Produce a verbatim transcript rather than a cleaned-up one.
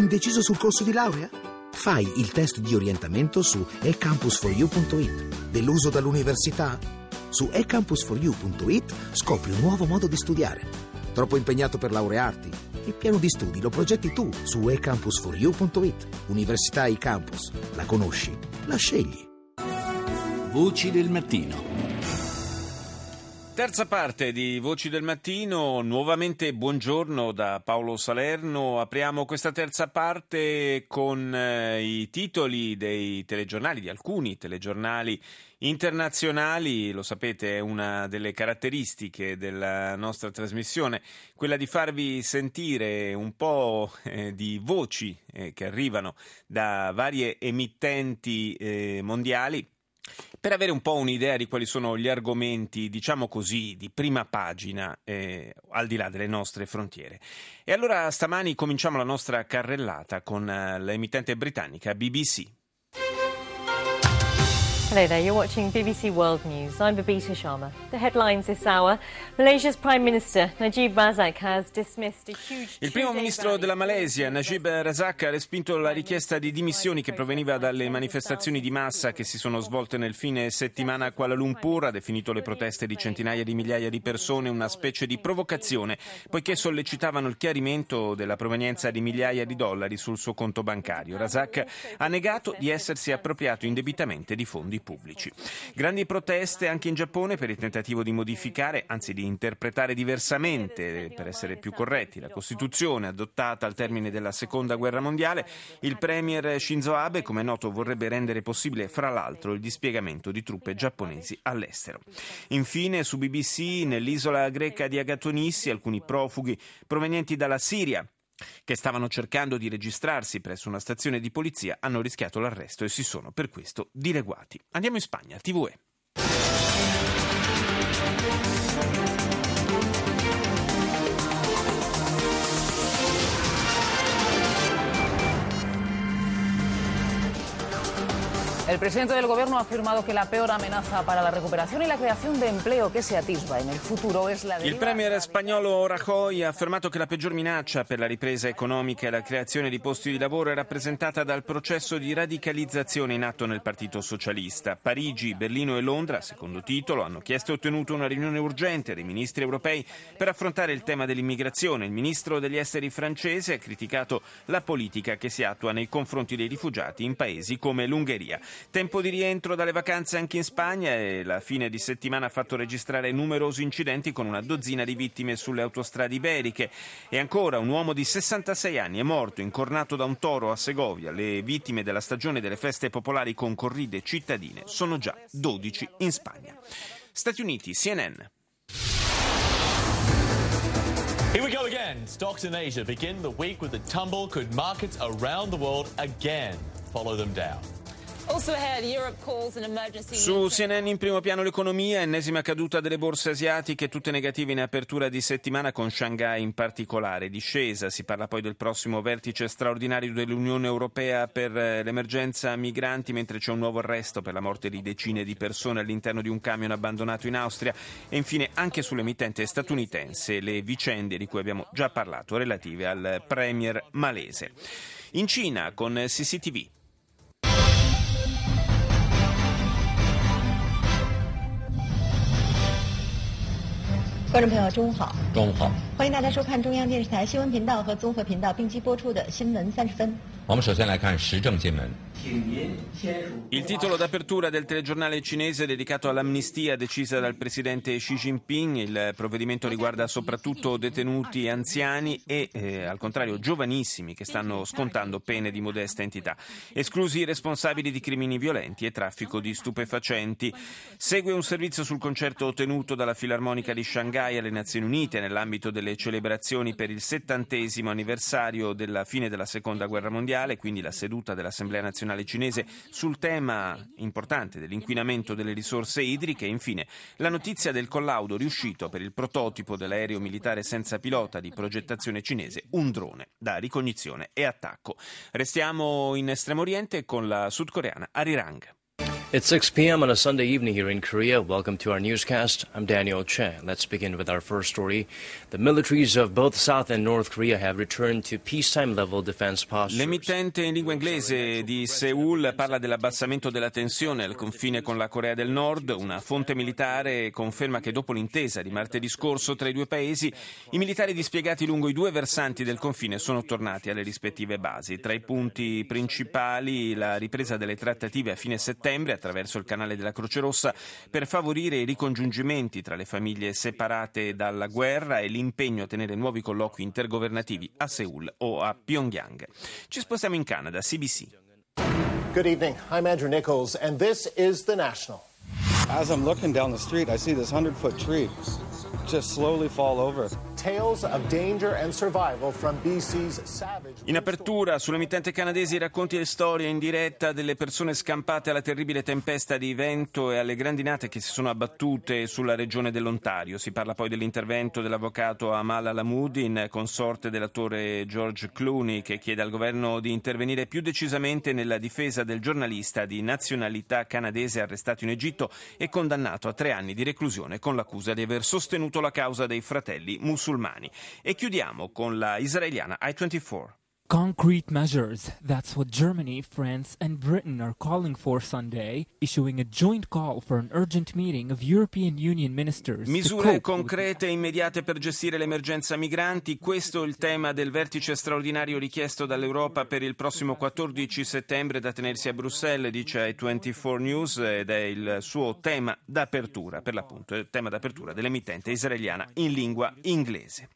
Indeciso sul corso di laurea? Fai il test di orientamento su e campus for you punto it. Deluso dall'università? Su e campus for you punto it scopri un nuovo modo di studiare. Troppo impegnato per laurearti? Il piano di studi lo progetti tu su e campus for you punto it. Università eCampus. La conosci? La scegli. Voci del mattino. Terza parte di Voci del Mattino, nuovamente buongiorno da Paolo Salerno. Apriamo questa terza parte con eh, i titoli dei telegiornali, di alcuni telegiornali internazionali. Lo sapete, è una delle caratteristiche della nostra trasmissione, quella di farvi sentire un po' eh, di voci eh, che arrivano da varie emittenti eh, mondiali, per avere un po' un'idea di quali sono gli argomenti, diciamo così, di prima pagina, eh, al di là delle nostre frontiere. E allora stamani cominciamo la nostra carrellata con uh, l'emittente britannica B B C. Hello there, you're watching B B C World News. I'm Babita Sharma. The headlines this hour. Malaysia's Prime Minister Najib Razak has dismissed a huge... Il primo ministro della Malesia, Najib Razak, ha respinto la richiesta di dimissioni che proveniva dalle manifestazioni di massa che si sono svolte nel fine settimana a Kuala Lumpur. Ha definito le proteste di centinaia di migliaia di persone una specie di provocazione, poiché sollecitavano il chiarimento della provenienza di migliaia di dollari sul suo conto bancario. Razak ha negato di essersi appropriato indebitamente di fondi pubblici. Grandi proteste anche in Giappone per il tentativo di modificare, anzi di interpretare diversamente, per essere più corretti, la Costituzione adottata al termine della Seconda Guerra Mondiale. Il premier Shinzo Abe, come è noto, vorrebbe rendere possibile, fra l'altro, il dispiegamento di truppe giapponesi all'estero. Infine, su B B C, nell'isola greca di Agatonissi, alcuni profughi provenienti dalla Siria che stavano cercando di registrarsi presso una stazione di polizia hanno rischiato l'arresto e si sono per questo dileguati. Andiamo in Spagna, T V E. El presidente del gobierno ha afirmado que la peor amenaza para la recuperación y la creación de empleo que se atisba en el futuro es la deriva. Il premier spagnolo Rajoy ha affermato che la peggior minaccia per la ripresa economica e la creazione di posti di lavoro è rappresentata dal processo di radicalizzazione in atto nel Partito Socialista. Parigi, Berlino e Londra, secondo titolo, hanno chiesto e ottenuto una riunione urgente dei ministri europei per affrontare il tema dell'immigrazione. Il ministro degli esteri francese ha criticato la politica che si attua nei confronti dei rifugiati in paesi come l'Ungheria. Tempo di rientro dalle vacanze anche in Spagna e la fine di settimana ha fatto registrare numerosi incidenti con una dozzina di vittime sulle autostrade iberiche. E ancora un uomo di sessantasei anni è morto incornato da un toro a Segovia. Le vittime della stagione delle feste popolari con corride cittadine sono già dodici in Spagna. Stati Uniti, C N N. Here we go again. Stocks in Asia begin the week with a tumble. Could markets around the world again follow them down? Su C N N in primo piano l'economia, ennesima caduta delle borse asiatiche, tutte negative in apertura di settimana con Shanghai in particolare. Discesa, si parla poi del prossimo vertice straordinario dell'Unione Europea per l'emergenza migranti, mentre c'è un nuovo arresto per la morte di decine di persone all'interno di un camion abbandonato in Austria. E infine anche sull'emittente statunitense le vicende di cui abbiamo già parlato relative al premier malese. In Cina con C C T V. 观众朋友，中午好！ 中午好， 欢迎大家收看中央电视台新闻频道和综合频道并机播出的新闻三十分。 我们首先来看时政新闻。 Il titolo d'apertura del telegiornale cinese è dedicato all'amnistia decisa dal presidente Xi Jinping. Il provvedimento riguarda soprattutto detenuti anziani e, eh, al contrario, giovanissimi che stanno scontando pene di modesta entità, esclusi i responsabili di crimini violenti e traffico di stupefacenti. Segue un servizio sul concerto ottenuto dalla Filarmonica di Shanghai alle Nazioni Unite nell'ambito delle celebrazioni per il settantesimo anniversario della fine della Seconda Guerra Mondiale, quindi la seduta dell'Assemblea Nazionale cinese sul tema importante dell'inquinamento delle risorse idriche. E infine la notizia del collaudo riuscito per il prototipo dell'aereo militare senza pilota di progettazione cinese, un drone da ricognizione e attacco. Restiamo in Estremo Oriente con la sudcoreana Arirang. It's six p.m. on a Sunday evening here in Korea. Welcome to our newscast. I'm Daniel Chen. Let's begin with our first story. The militaries of both South and North Korea have returned to peacetime level defense postures. L'emittente in lingua inglese di Seoul parla dell'abbassamento della tensione al confine con la Corea del Nord. Una fonte militare conferma che dopo l'intesa di martedì scorso tra i due paesi, i militari dispiegati lungo i due versanti del confine sono tornati alle rispettive basi. Tra i punti principali la ripresa delle trattative a fine settembre attraverso il canale della Croce Rossa per favorire i ricongiungimenti tra le famiglie separate dalla guerra e l'impegno a tenere nuovi colloqui intergovernativi a Seoul o a Pyongyang. Ci spostiamo in Canada, C B C. Good evening. I'm Andrew Nichols and this is The National. As I'm looking down the street, I see this hundred-foot tree just slowly fall over. Tales of danger and survival from B C's savage. In apertura, sull'emittente canadese, i racconti e storie in diretta delle persone scampate alla terribile tempesta di vento e alle grandinate che si sono abbattute sulla regione dell'Ontario. Si parla poi dell'intervento dell'avvocato Amal Alamoudine, consorte dell'attore George Clooney, che chiede al governo di intervenire più decisamente nella difesa del giornalista di nazionalità canadese arrestato in Egitto e condannato a tre anni di reclusione con l'accusa di aver sostenuto la causa dei fratelli musulmani. E chiudiamo con la israeliana I ventiquattro. Concrete measures. That's what Germany, France and Britain are calling for Sunday, issuing a joint call for an urgent meeting of European Union ministers. Misure concrete e immediate per gestire l'emergenza migranti. Questo è il tema del vertice straordinario richiesto dall'Europa per il prossimo quattordici settembre da tenersi a Bruxelles, dice I ventiquattro News, ed è il suo tema d'apertura, per l'appunto, il tema d'apertura dell'emittente israeliana in lingua inglese.